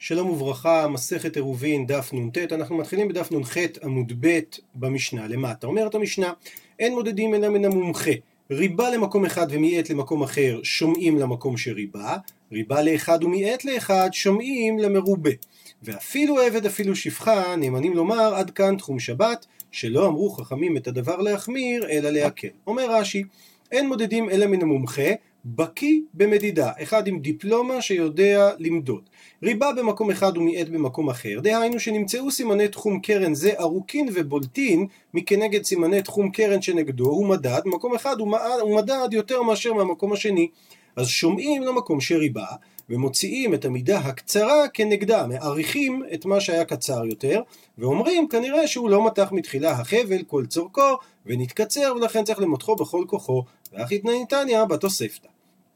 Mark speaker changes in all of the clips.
Speaker 1: שלום וברכה, מסכת עירובין, דף נ"ט. אנחנו מתחילים בדף נ"ח עמוד ב' במשנה. למטה אומרת המשנה, אין מודדים אלא מן המומחה. ריבה למקום אחד ומיעט למקום אחר שומעים למקום שריבה, ריבה לאחד ומיעט לאחד שומעים למרובה. ואפילו עבד אפילו שפחה נאמנים לומר עד כאן תחום שבת, שלא אמרו חכמים את הדבר להחמיר אלא להקל. אומר רש"י, אין מודדים אלא מן המומחה, בקי במדידה, אחד עם דיפלומה שיודע למדוד. ריבה במקום אחד ומיעט במקום אחר, דהיינו שנמצאו סימני תחום קרן זה ארוכין ובולטין מכנגד סימני תחום קרן שנגדו הוא מדד, במקום אחד הוא מדד יותר מאשר מהמקום השני. אז שומעים למקום שריבה ומוציאים את המידה הקצרה כנגדה, מעריכים את מה שהיה קצר יותר ואומרים כנראה שהוא לא מתח מתחילה החבל כל צורכו ונתקצר ולכן צריך למותחו בכל כוחו, ואך התנתניא בתוספתא.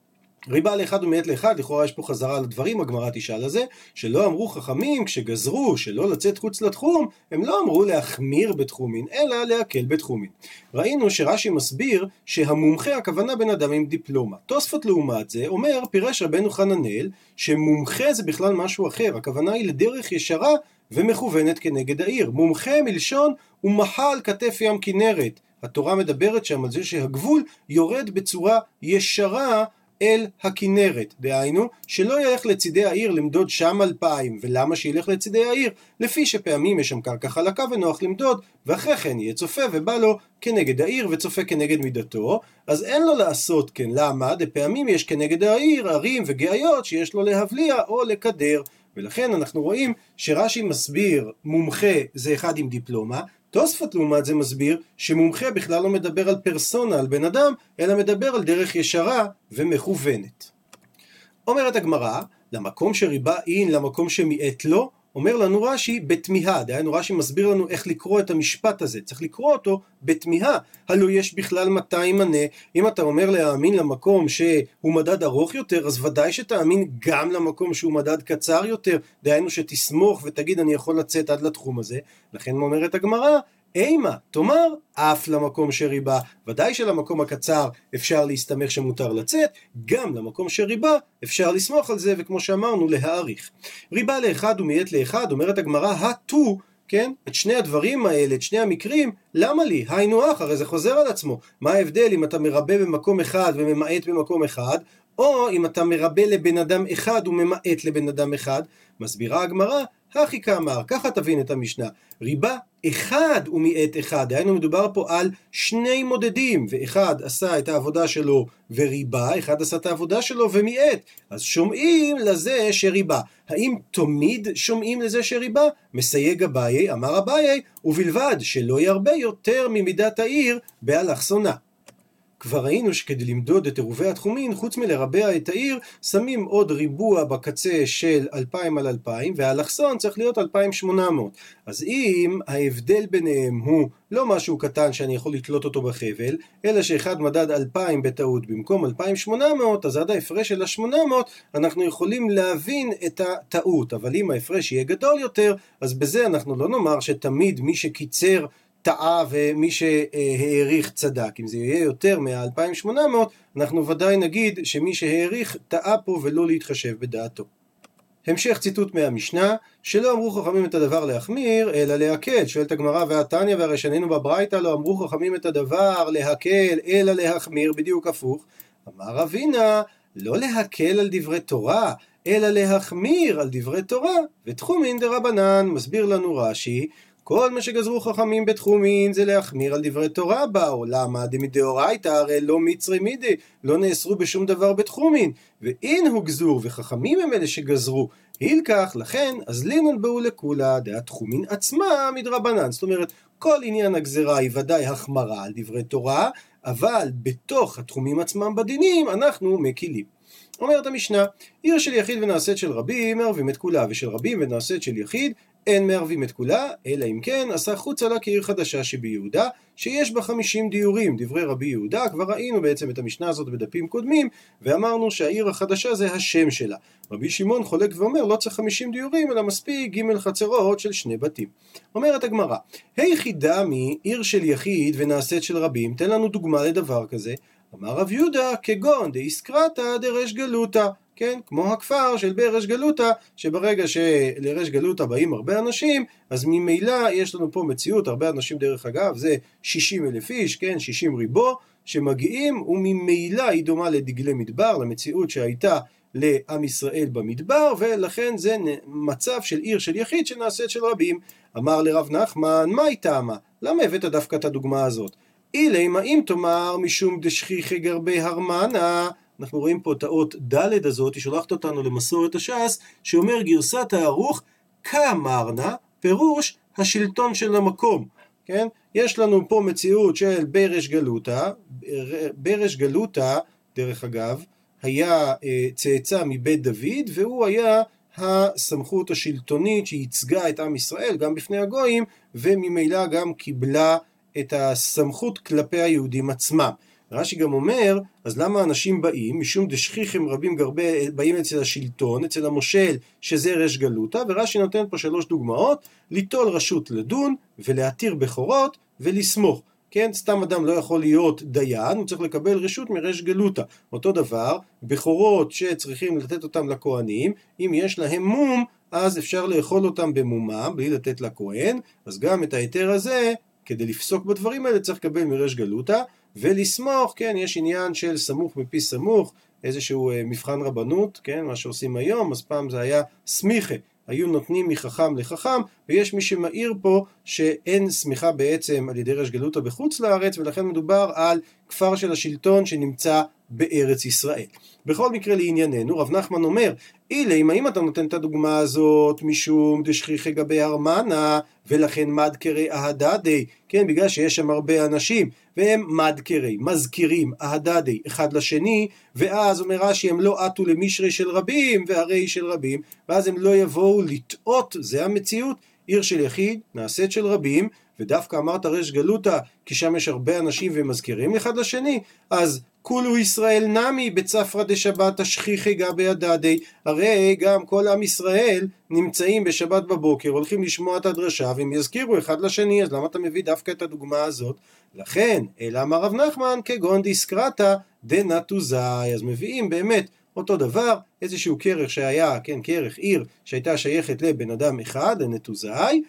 Speaker 1: ריבה לאחד ומיעט לאחד, לכאורה יש פה חזרה לדברים, הגמרא תשאל על זה, שלא אמרו חכמים כשגזרו שלא לצאת חוץ לתחום, הם לא אמרו להחמיר בתחומין, אלא להקל בתחומין. ראינו שרש"י מסביר שהמומחה הכוונה בן אדם עם דיפלומה. תוספות לעומת זה אומר, פירש רבנו חננאל, שמומחה זה בכלל משהו אחר, הכוונה היא לדרך ישרה ומכוונת כנגד העיר. מומחה מלשון ומחה על כתף ים כנרת. התורה מדברת שם על זה שהגבול יורד בצורה ישרה אל הכנרת, דהיינו שלא ילך לצידי העיר למדוד שם 2,000, ולמה שילך לצידי העיר? לפי שפעמים יש שם קרקע חלקה ונוח למדוד, ואחרי כן יהיה צופה ובא לו כנגד העיר וצופה כנגד מידתו, אז אין לו לעשות כן. למה? דפעמים יש כנגד העיר ערים וגאיות שיש לו להבליע או לקדר, ולכן אנחנו רואים שרש"י מסביר מומחה זה אחד עם דיפלומה, תוספות לעומת זה מסביר שמומחה בכלל לא מדבר על פרסונה, על בן אדם, אלא מדבר על דרך ישרה ומכוונת. אומרת הגמרא, למקום שריבה אין, למקום שמיעט לא, אומר לנו רש"י בתמיהה, דהיינו רש"י מסביר לנו איך לקרוא את המשפט הזה, צריך לקרוא אותו בתמיהה, הלא יש בכלל מתי מנה, אם אתה אומר להאמין למקום שהוא מדד ארוך יותר, אז ודאי שתאמין גם למקום שהוא מדד קצר יותר, דהיינו שתסמוך ותגיד אני יכול לצאת עד לתחום הזה, לכן אומרת הגמרא, אימה, תאמר, אף למקום שריבה, ודאי שלמקום הקצר אפשר להסתמך שמותר לצאת, גם למקום שריבה אפשר לסמוך על זה, וכמו שאמרנו, להאריך. ריבה לאחד ומיעט לאחד, אומרת הגמרא, התו, כן? את שני הדברים האלה, את שני המקרים, למה לי? היינו אח, הרי זה חוזר על עצמו. מה ההבדל אם אתה מרבה במקום אחד וממעט במקום אחד, או אם אתה מרבה לבן אדם אחד וממעט לבן אדם אחד? מסבירה הגמרא, הכי כאמר, ככה תבין את המשנה, ריבה אחד ומיעט אחד, דהיינו מדובר פה על שני מודדים, ואחד עשה את העבודה שלו וריבה, אחד עשה את העבודה שלו ומיעט, אז שומעים לזה שריבה. האם תמיד שומעים לזה שריבה? מסייג אביי, אמר אביי, ובלבד שלא ירבה יותר ממידת העיר באלכסונה. כבר ראינו שכדי למדוד את עירובי התחומין, חוץ מלרבע את העיר, שמים עוד ריבוע בקצה של 2,000 על 2,000, והאלכסון צריך להיות 2,800. אז אם ההבדל ביניהם הוא לא משהו קטן שאני יכול לתלות אותו בחבל, אלא שאחד מדד 2,000 בטעות במקום 2,800, אז עד ההפרש של ה-800 אנחנו יכולים להבין את הטעות. אבל אם ההפרש יהיה גדול יותר, אז בזה אנחנו לא נאמר שתמיד מי שקיצר טעה ומי שהעריך צדק. אם זה יהיה יותר מה-2,800, אנחנו ודאי נגיד שמי שהעריך טעה פה ולא להתחשב בדעתו. המשך ציטוט מהמשנה, שלא אמרו חכמים את הדבר להחמיר, אלא להקל. שואלת הגמרא והתניא והרי שנינו בברייתא, לא אמרו חכמים את הדבר להקל, אלא להחמיר, בדיוק הפוך. אמר רבינה, לא להקל על דברי תורה, אלא להחמיר על דברי תורה, ותחומין דרבנן. מסביר לנו רש"י, כל מה שגזרו חכמים בתחומין זה להחמיר על דברי תורה באו. למה? דמדאורייתא הרי לא מצרי מידי, לא נאסרו בשום דבר בתחומין, ואין הוא גזור וחכמים הם אלה שגזרו הילקח, לכן אז לינן באו לכולה דהתחומין עצמה מדרבנן. זאת אומרת כל עניין הגזרה היא ודאי החמרה על דברי תורה, אבל בתוך התחומים עצמם בדינים אנחנו מקילים. אומרת המשנה, עיר של יחיד ונעשית של רבים מערבים את כולה, ושל רבים ונעשית של יחיד אין מערבים את כולה, אלא אם כן עשה חוצה לה כעיר חדשה שביהודה, שיש בה 50 דיורים, דברי רבי יהודה. כבר ראינו בעצם את המשנה הזאת בדפים קודמים, ואמרנו שהעיר החדשה זה השם שלה. רבי שמעון חולק ואומר, לא צריך 50 דיורים, אלא מספיק ג' חצרות של 2 בתים. אומרת הגמרא, היחידה מעיר של יחיד ונעשית של רבים, תן לנו דוגמה לדבר כזה. אמר רב יהודה, כגון דאיסקרתא דרש גלותא, כן, כמו הכפר של ברש גלותא, שברגע שלרש גלותא באים הרבה אנשים, אז ממילא יש לנו פה מציאות, הרבה אנשים דרך אגב, זה 60,000 איש, כן, 60 ריבו, שמגיעים, וממילא היא דומה לדגלי מדבר, למציאות שהייתה לעם ישראל במדבר, ולכן זה מצב של עיר של יחיד שנעשית של רבים. אמר לרב נחמן, מה הייתה מה? למה הבאת דווקא את הדוגמה הזאת? אילי מה אם תאמר משום דשכיחי גרבי הרמנה, אנחנו רואים פה את האות ד' הזאת, היא שולחת אותנו למסורת הש"ס, שאומר גרסת הערוך כאמרנה, פירוש השלטון של המקום, כן? יש לנו פה מציאות של ברש גלותא, ברש גלותא דרך אגב היה צאצא מבית דוד, והוא היה הסמכות השלטונית שייצגה את עם ישראל גם בפני הגויים, וממילא גם קיבלה את הסמכות כלפי היהודים עצמם. רש"י גם אומר, אז למה אנשים באים? משום דשכיחים רבים גרבי, באים אצל השלטון, אצל המושל, שזה רש גלותא, ורש"י נותן פה 3 דוגמאות, ליטול רשות לדון, ולהתיר בכורות, ולסמוך. כן, סתם אדם לא יכול להיות דיין, הוא צריך לקבל רשות מרש גלותא. אותו דבר, בכורות שצריכים לתת אותם לכהנים, אם יש להם מום, אז אפשר לאכול אותם במומם, בלי לתת לכהן, אז גם את ההיתר הזה, כדי לפסוק בדברים האלה, צריך לקבל מרש גלותא, ולסמוך, כן, יש עניין של סמוך מפי סמוך, איזשהו מבחן רבנות, כן, מה שעושים היום, אז פעם זה היה סמיכה, היו נותנים מחכם לחכם, ויש מי שמעיר פה שאין סמיכה בעצם על ידי רש גלותא בחוץ לארץ, ולכן מדובר על כפר של השלטון שנמצא בארץ ישראל. בכל מקרה לענייננו, רב נחמן אומר, אילי, אם אתה נותן את הדוגמה הזאת משום דשכיחי גבי הרמנה, ולכן מדקרי אהדדי, כן, בגלל שיש שם הרבה אנשים, והם מדקרי, מזכירים אהדדי אחד לשני, ואז אומר רש"י, הם לא עטו למשרי של רבים, והרי של רבים, ואז הם לא יבואו לטעות, זה המציאות, עיר של יחיד, נעשית של רבים, ודווקא אמרת רש גלותא, כי שם יש הרבה אנשים ומזכירים אחד לשני, אז כולו ישראל נמי בצפרא דשבת השכיחי גבי הדדי, הרי גם כל עם ישראל נמצאים בשבת בבוקר, הולכים לשמוע את הדרשה והם יזכירו אחד לשני, אז למה אתה מביא דווקא את הדוגמה הזאת? לכן, אלא אמר רב נחמן כגון דיסקרתא דנתוזאי, אז מביאים באמת אותו דבר, איזשהו כרך שהיה, כן, כרך עיר שהייתה שייכת לבן אדם אחד, לנתוזאי,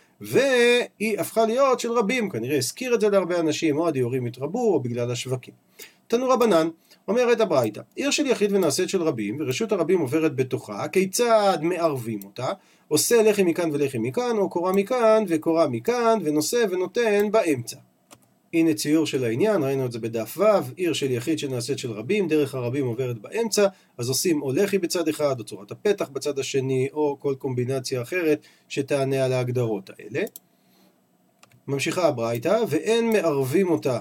Speaker 1: והיא הפכה להיות של רבים, כנראה הזכיר את זה להרבה אנשים, או הדיורים התרבו, או בגלל השווקים. תנו רבנן, אומרת הברייתא, עיר של יחיד ונעשית של רבים, ורשות הרבים עוברת בתוכה, כיצד מערבים אותה? עושה לחם מכאן ולחם מכאן, או קורא מכאן וקורא מכאן, ונושא ונותן באמצע. הנה ציור של העניין, ראינו את זה בדף ו', עיר של יחיד שנעשית של רבים, דרך הרבים עוברת באמצע, אז עושים או לחי בצד אחד, או צורת הפתח בצד השני, או כל קומבינציה אחרת שתענה על ההגדרות האלה. ממשיכה הברייתא, ואין מערבים אותה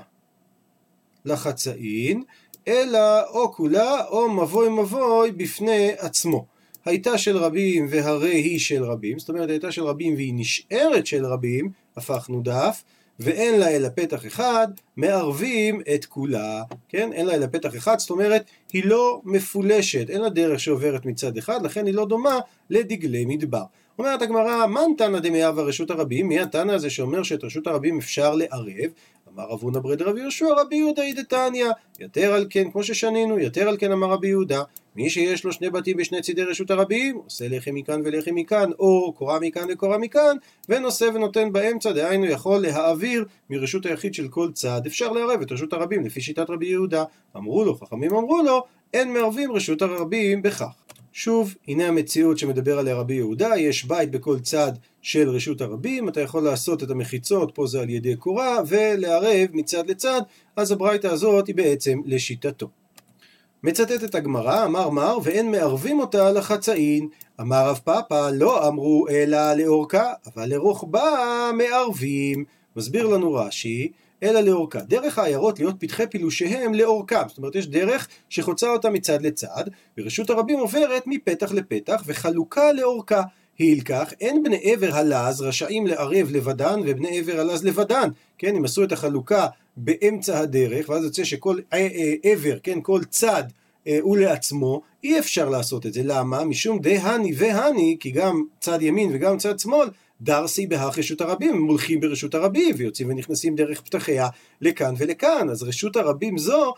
Speaker 1: לחצאין, אלא או כולה או מבוי מבוי בפני עצמו. הייתה של רבים והרי היא של רבים, זאת אומרת הייתה של רבים והיא נשארת של רבים, הפכנו דף, ואין לה אלא פתח אחד, מערבים את כולה, כן? אין לה אלא פתח אחד, זאת אומרת היא לא מפולשת, אין לה דרך שעוברת מצד אחד, לכן היא לא דומה לדגלי מדבר. אומרת הגמרא, מן תנא דמהווה רשות הרבים? מי התנא הזה שאומר שאת רשות הרבים אפשר לערב? אמר רב הונא ברי דרב יהושע רבי יהודה דתניא, יתר על כן, כמו ששנינו, יתר על כן אמר רבי יהודה, מי שיש לו 2 בתים בשני צידי רשות הרבים, עושה לחם מכאן ולחם מכאן, או קורא מכאן וקורא מכאן, ונושא ונותן באמצע, דהיינו יכול להעביר מרשות היחיד של כל צד, אפשר לערב את רשות הרבים לפי שיטת רבי יהודה. אמרו לו, חכמים אמרו לו, אין מערבים רשות הרבים בכך. שוב, הנה המציאות שמדבר עליה רבי יהודה, יש בית בכל צד של רשות הרבים, אתה יכול לעשות את המחיצות, פה זה על ידי קורה, ולערב מצד לצד, אז הברייתא הזאת היא בעצם לשיטתו. מצטט את הגמרא, אמר מר, ואין מערבים אותה לחצאין. אמר רב פאפא, לא אמרו אלא לאורכה, אבל לרוחבה מערבים. מסביר לנו רש"י, אלא לאורכה. דרך העיירות להיות פתחי פילושיהם לאורכם. זאת אומרת, יש דרך שחוצה אותה מצד לצד, ורשות הרבים עוברת מפתח לפתח, וחלוקה לאורכה. הילקח, אין בני עבר הלז רשאים לערב לבדן, ובני עבר הלז לבדן. כן, הם עשו את החלוקה באמצע הדרך, ואז יוצא שכל עבר, כן, כל צד הוא לעצמו, אי אפשר לעשות את זה. למה? משום דהני והני, כי גם צד ימין וגם צד שמאל, דרסי בהך רשות הרבים, הם הולכים ברשות הרבים ויוצאים ונכנסים דרך פתחיה לכאן ולכאן. אז רשות הרבים זו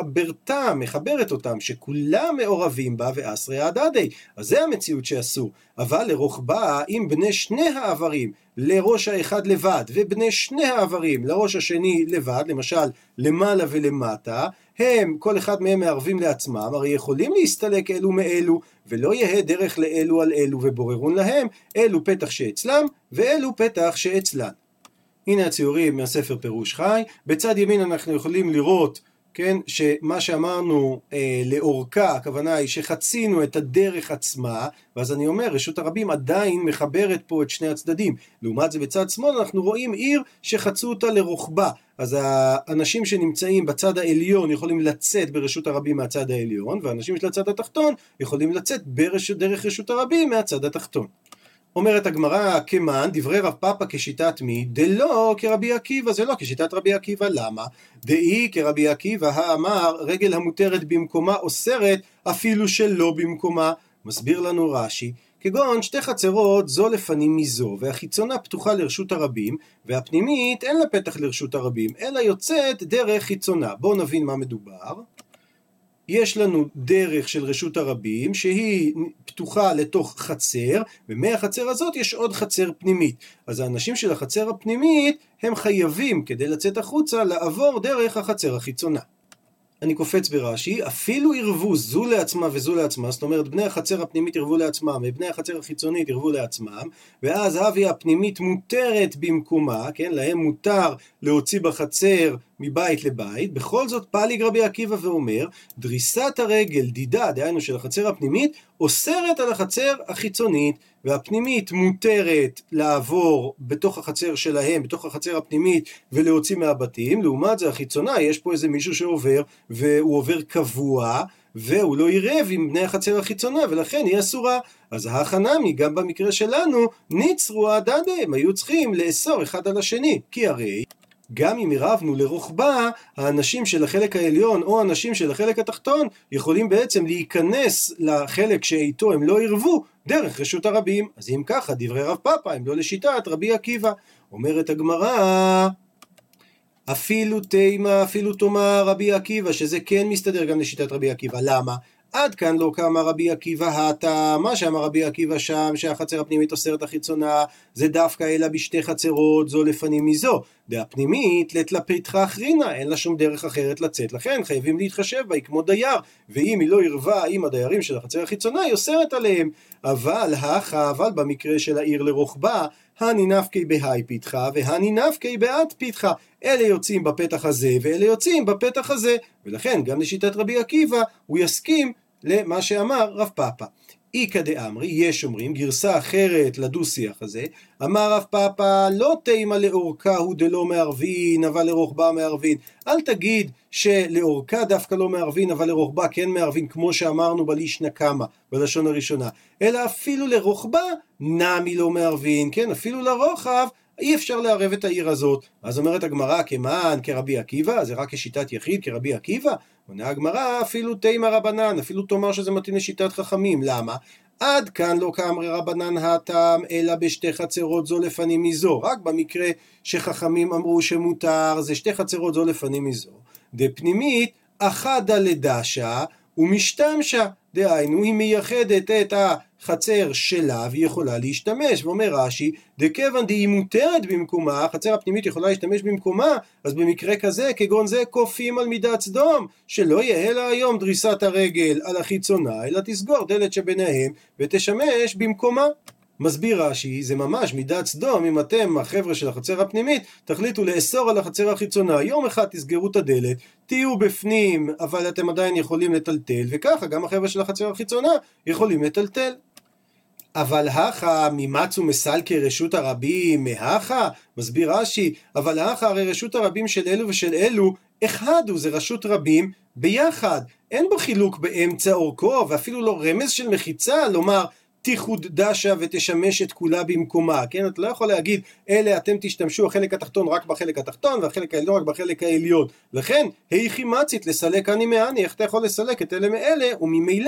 Speaker 1: מחברת אותם, שכולם מעורבים בה ואסרי הדדי. אז זה המציאות שעשו. אבל לרוחבה, אם בני שני העברים לראש האחד לבד ובני שני העברים לראש השני לבד, למשל למעלה ולמטה, הם כל אחד מהם מערבים לעצמם, הרי יכולים להסתלק אלו מאלו, ולא יהיה דרך לאלו על אלו ובוררון להם, אלו פתח שאצלם ואלו פתח שאצלן. הנה הציורים מהספר פירוש חי. בצד ימין אנחנו יכולים לראות, כן, שמה שאמרנו לאורכה, הכוונה היא שחצינו את הדרך עצמה, ואז אני אומר, רשות הרבים עדיין מחברת פה את שני הצדדים. לעומת זה בצד שמאל אנחנו רואים עיר שחצו אותה לרוחבה, אז האנשים שנמצאים בצד העליון יכולים לצאת ברשות הרבים מהצד העליון, והאנשים של הצד התחתון יכולים לצאת דרך רשות הרבים מהצד התחתון. אומרת הגמרא, כמן דברי רב פאפא כשיטת מי? דלא כרבי עקיבא. זה לא כשיטת רבי עקיבא. למה? דאי כרבי עקיבא האמר רגל המותרת במקומה אוסרת אפילו שלא במקומה. מסביר לנו רש"י, כגון שתי חצרות זו לפנים מזו, והחיצונה פתוחה לרשות הרבים, והפנימית אין לה פתח לרשות הרבים, אלא יוצאת דרך חיצונה. בואו נבין מה מדובר. יש לנו דרך של רשות הרבים שהיא פתוחה לתוך חצר, ומהחצר הזאת יש עוד חצר פנימית. אז האנשים של החצר הפנימית הם חייבים כדי לצאת החוצה לעבור דרך החצר החיצונה. אני קופץ ברש"י, אפילו ירבו זו לעצמה וזו לעצמה, זאת אומרת בני החצר הפנימית ירבו לעצמם ובני החצר החיצונית ירבו לעצמם, ואז ההוויה הפנימית מותרת במקומה, כן, להם מותר להוציא בחצר מבית לבית. בכל זאת פליג רבי עקיבא ואומר, דריסת הרגל דידה, דהיינו של החצר הפנימית, אוסרת על החצר החיצונית, והפנימית מותרת לעבור בתוך החצר שלהם, בתוך החצר הפנימית, ולהוציא מהבתים. לעומת זה החיצונה, יש פה איזה מישהו שעובר, והוא עובר קבוע, והוא לא ירב עם בני החצר החיצונה, ולכן היא אסורה. אז ההכנמי, גם במקרה שלנו, ניצרו הדדה, הם היו צריכים לאסור אחד על השני, כי הרי גם אם עירבנו לרוחבה, האנשים של החלק העליון או האנשים של החלק התחתון יכולים בעצם להיכנס לחלק שאיתו הם לא עירבו דרך רשות הרבים. אז אם ככה, דברי רב פאפא הם לא לשיטת רבי עקיבא. אומרת הגמרא, אפילו תימה, אפילו תאמר רבי עקיבא, שזה כן מסתדר גם לשיטת רבי עקיבא. למה? עד כאן לא קמה רבי עקיבא הטה, מה שאמר רבי עקיבא שם, שהחצר הפנימית אוסרת החיצונה, זה דווקא אלא בשתי חצרות זו לפנים מזו. והפנימית לתלפתחה אחרינה, אין לה שום דרך אחרת לצאת, לכן חייבים להתחשב בה, היא כמו דייר, ואם היא לא ערבה עם הדיירים של החצר החיצונה, היא אוסרת עליהם. אבל במקרה של העיר לרוחבה, הני נפקי בהי פתחה והני נפקי בעד פתחה, אלה יוצאים בפתח הזה ואלה יוצאים בפתח הזה, ולכן גם לשיטת רבי עקיבא הוא יסכים למה שאמר רב פאפא. איקא דאמרי, יש אומרים גרסה אחרת לדו-שיח הזה, אמר רב פאפא לא תימה לאורכה הוא דלא מערבין אבל לרוחבה מערבין. אל תגיד שלאורכה דווקא לא מערבין אבל לרוחבה כן מערבין, כמו שאמרנו בלישנא קמא בלשון הראשונה, אלא אפילו לרוחבה נמי לא מערבין, כן, אפילו לרוחב אי אפשר לערב את העיר הזאת. אז אומרת הגמרא, כמן כרבי עקיבא, זה רק כשיטת יחיד כרבי עקיבא? עונה הגמרא, אפילו תימה רבנן, אפילו תאמר שזה מתאים לשיטת חכמים. למה? עד כאן לא כאמרי רבנן הטעם אלא בשתי חצרות זו לפנים מזו. רק במקרה שחכמים אמרו שמותר, זה שתי חצרות זו לפנים מזו. דפנימית אחדה לדשה ומשתמשה, דהיינו היא מייחדת את החצר שלה והיא יכולה להשתמש. ואומר רש"י, דכיוון דהיא מותרת במקומה, החצר הפנימית יכולה להשתמש במקומה, אז במקרה כזה כגון זה כופים על מידת סדום, שלא יהיה לה היום דריסת הרגל על החיצונה, אלא תסגור דלת שביניהם ותשמש במקומה. מסביר רש"י, זה ממש מידת סדום אם אתם, החבר'ה של החצר הפנימית, תחליטו לאסור על החצר החיצונה. יום אחד תסגרו את הדלת, תהיו בפנים, אבל אתם עדיין יכולים לטלטל, וככה גם החבר'ה של החצר החיצונה יכולים לטלטל. אבל הכה ממצו מסלקי רשות הרבים מהכה, מסביר רש"י, אבל הכה הרי רשות הרבים של אלו ושל אלו, אחד הוא, זה רשות רבים ביחד, אין בו חילוק באמצע אורכו, ואפילו לא רמז של מחיצה, לומר תיחוד דשה ותשמש את כולה במקומה, כן? אתה לא יכול להגיד, אלה אתם תשתמשו החלק התחתון רק בחלק התחתון, והחלק העליון רק בחלק העליון. לכן, היכי מצית לסלק אני מעני, איך אתה יכול לסלק את אלה מאלה, וממילא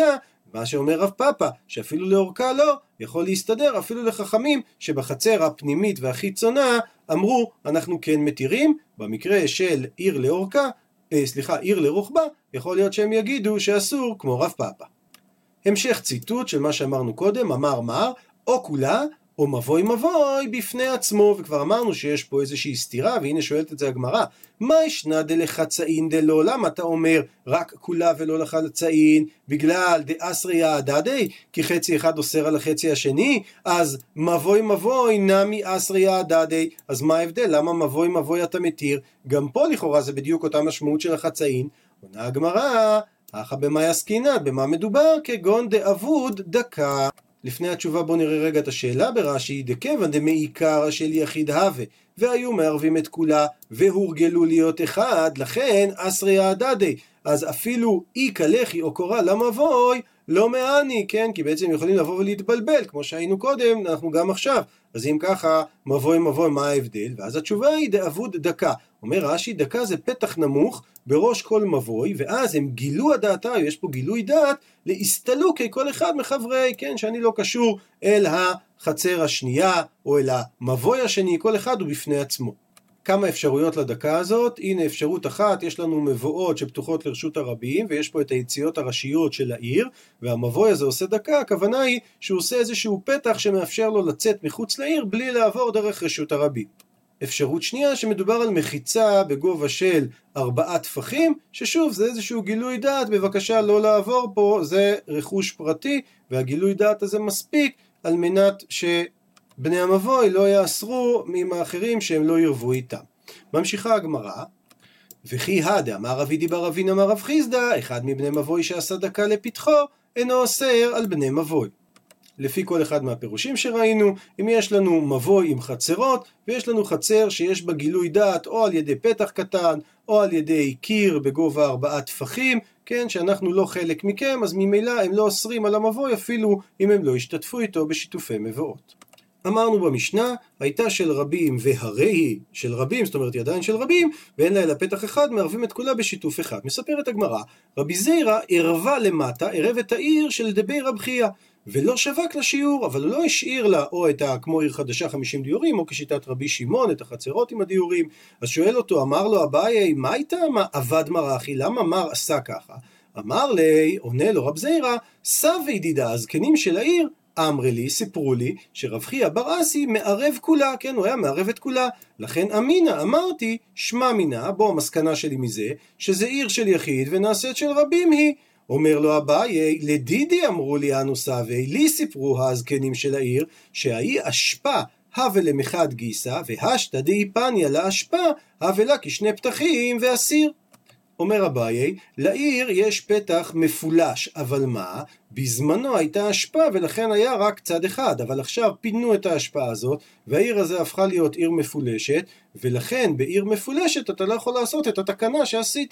Speaker 1: מה שאומר רב פאפא, שאפילו לאורכה לא, יכול להסתדר אפילו לחכמים שבחצר הפנימית והחיצונה אמרו אנחנו כן מתירים. במקרה של עיר לאורכה, עיר לרוחבה, יכול להיות שהם יגידו שאסור כמו רב פאפא. המשך ציטוט של מה שאמרנו קודם, אמר מר, או כולה או מבוי מבוי בפני עצמו, וכבר אמרנו שיש פה איזושהי סתירה, והנה שואלת את זה הגמרא, מה ישנה דלחצאין דלא? למה אתה אומר רק כולה ולא לחצאין? בגלל דאסרי הדדי, כי חצי אחד אוסר על החצי השני, אז מבוי מבוי נמי אסרי הדדי, אז מה ההבדל? למה מבוי מבוי אתה מתיר? גם פה לכאורה זה בדיוק אותה משמעות של החצאין. עונה הגמרא, אחא במאי עסקינן, במה מדובר? כגון דאבוד דקה. לפני התשובה בוא נראה רגע את השאלה ברש"י, דכיוון דמעיקרא של יחיד הווה, והיו מערבים את כולה והורגלו להיות אחד, לכן אסרי הדדי, אז אפילו איקא לחי או קורא למבוי לא מעני, כן? כי בעצם יכולים לבוא ולהתבלבל, כמו שהיינו קודם, אנחנו גם עכשיו. אז אם ככה, מבוי מבוי, מה ההבדל? ואז התשובה היא דאבוד דקה. אומר רש"י, דקה זה פתח נמוך בראש כל מבוי, ואז הם גילו הדעתה, יש פה גילוי דעת, להסתלוק כל אחד מחברי, כן? שאני לא קשור אל החצר השנייה, או אל המבוי השני, כל אחד הוא בפני עצמו. כמה אפשרויות לדקה הזאת. הנה אפשרות אחת, יש לנו מבואות שפתוחות לרשות הרבים, ויש פה את היציאות הראשיות של העיר, והמבוי הזה עושה דקה, הכוונה היא שהוא עושה איזשהו פתח שמאפשר לו לצאת מחוץ לעיר בלי לעבור דרך רשות הרבים. אפשרות שנייה, שמדובר על מחיצה בגובה של 4 טפחים, ששוב זה איזשהו גילוי דעת, בבקשה לא לעבור פה, זה רכוש פרטי, והגילוי דעת הזה מספיק על מנת בני המבוי לא יאסרו עם האחרים שהם לא ירבו איתם. ממשיכה הגמרא, וכי הדה אמר רבי דיבר רבין אמר רב חיסדא, אחד מבני מבוי שעשה דקה לפתחו אינו אוסר על בני מבוי. לפי כל אחד מהפירושים שראינו, אם יש לנו מבוי עם חצרות, ויש לנו חצר שיש בה גילוי דעת או על ידי פתח קטן, או על ידי קיר בגובה 4 טפחים, כן, שאנחנו לא חלק מכם, אז ממילא הם לא אוסרים על המבוי אפילו אם הם לא השתתפו איתו בשיתופי מבואות. אמרנו במשנה, הייתה של רבים והרי היא של רבים, זאת אומרת ידיים של רבים, ואין לה אלא פתח אחד, מערבים את כולה בשיתוף אחד. מספרת הגמרא, רבי זירא ערבה למטה, ערב את העיר של דבי רב חייא, ולא שווק לשיעור, אבל הוא לא השאיר לה או את כמו עיר חדשה 50 דיורים, או כשיטת רבי שמעון, את החצרות עם הדיורים. אז שואל אותו, אמר לו אביי, מה הייתה עבד מרחי, למה מר עשה ככה? אמר לי, עונה לו רב זירא, סבי דידה, הזקנים של העיר, אמרי לי, סיפרו לי, שרב חייא בר אסי מערב כולה, כן, הוא היה מערב את כולה, לכן אמינה, אמרתי, שמע מינה, בוא המסקנה שלי מזה, שזה עיר של יחיד ונעשית של רבים היא. אומר לו אביי, לדידי אמרו לי אנו סבי, לי סיפרו הזקנים של העיר, שהאי אשפה הווה למחד גיסא, והשתא דאי פניה לאשפה הווה לה כשני פתחים ואסיר. אומר אביי, לעיר יש פתח מפולש, אבל מה? בזמנו הייתה השפעה ולכן היה רק צד אחד, אבל עכשיו פינו את ההשפעה הזאת, והעיר הזה הפכה להיות עיר מפולשת, ולכן בעיר מפולשת אתה לא יכול לעשות את התקנה שעשית.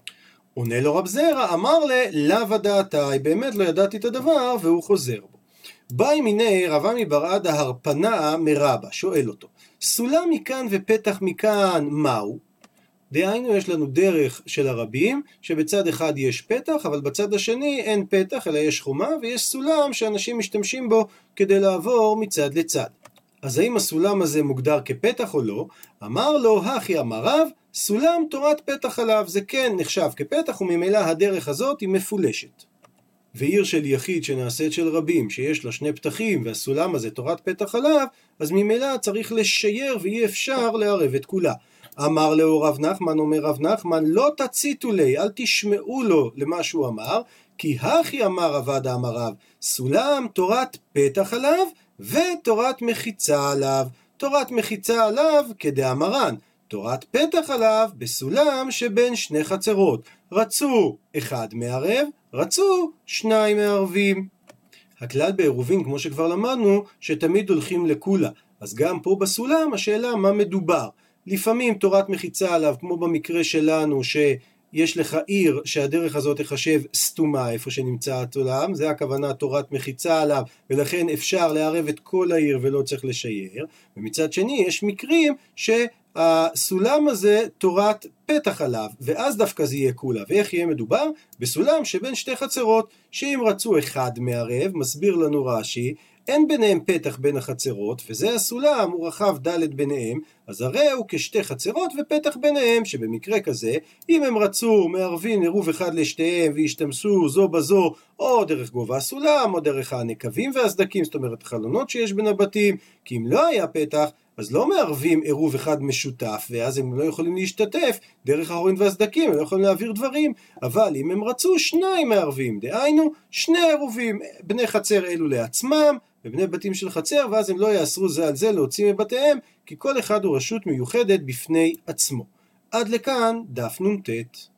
Speaker 1: עונה לו רב זירא, אמר לאו דעתי, באמת לא ידעתי את הדבר, והוא חוזר בו. באי מיני רבא מברעד ההרפנה מרבא, שואל אותו, סולם מכאן ופתח מכאן מהו? דהיינו יש לנו דרך של הרבים, שבצד אחד יש פתח, אבל בצד השני אין פתח, אלא יש חומה, ויש סולם שאנשים משתמשים בו כדי לעבור מצד לצד. אז האם הסולם הזה מוגדר כפתח או לא? אמר לו, הכי אמר רב, סולם תורת פתח עליו, זה כן נחשב כפתח, וממילא הדרך הזאת היא מפולשת. ועיר של יחיד שנעשית של רבים, שיש לה 2 פתחים, והסולם הזה תורת פתח עליו, אז ממילא צריך לשייר ואי אפשר לערב את כולה. אמר לו רב נחמן, אומר רב נחמן, לא תציתו לי, אל תשמעו לו למה שהוא אמר, כי הכי אמר עבד אמר רב, סולם תורת פתח עליו, ותורת מחיצה עליו. תורת מחיצה עליו כדאמרן, תורת פתח עליו בסולם שבין 2 חצרות. רצו 1 מערב, רצו 2 מערבים. הכלל בעירובין, כמו שכבר למדנו, שתמיד הולכים לכולה. אז גם פה בסולם השאלה מה מדובר. לפעמים תורת מחיצה עליו, כמו במקרה שלנו, שיש לך עיר שהדרך הזאת תחשב סתומה איפה שנמצא הסולם, זה הכוונה תורת מחיצה עליו, ולכן אפשר לערב את כל העיר ולא צריך לשייר. ומצד שני יש מקרים הסולם הזה תורת פתח עליו, ואז דווקא זה יהיה כולה. ואיך יהיה מדובר? בסולם שבין שתי חצרות, שאם רצו אחד מערב, מסביר לנו רש"י, אין ביניהם פתח בין החצרות, וזה הסולם, הוא רחב ד' ביניהם, אז הרי הוא כשתי חצרות ופתח ביניהם, שבמקרה כזה, אם הם רצו מערבים עירוב אחד לשתיהם, והשתמשו זו בזו, או דרך גובה הסולם, או דרך הנקבים והסדקים, זאת אומרת חלונות שיש בין הבתים, כי אם לא היה פתח, אז לא מערבים עירוב אחד משותף, ואז הם לא יכולים להשתתף דרך ההורים והסדקים, הם לא יכולים להעביר דברים, אבל אם הם רצו, שניים מערבים, דהיינו, שני עירובים, בני חצר אלו לעצמם, ובני בתים של חצר, ואז הם לא יאסרו זה על זה להוציא מבתיהם, כי כל אחד הוא רשות מיוחדת בפני עצמו. עד לכאן דף נ"ט.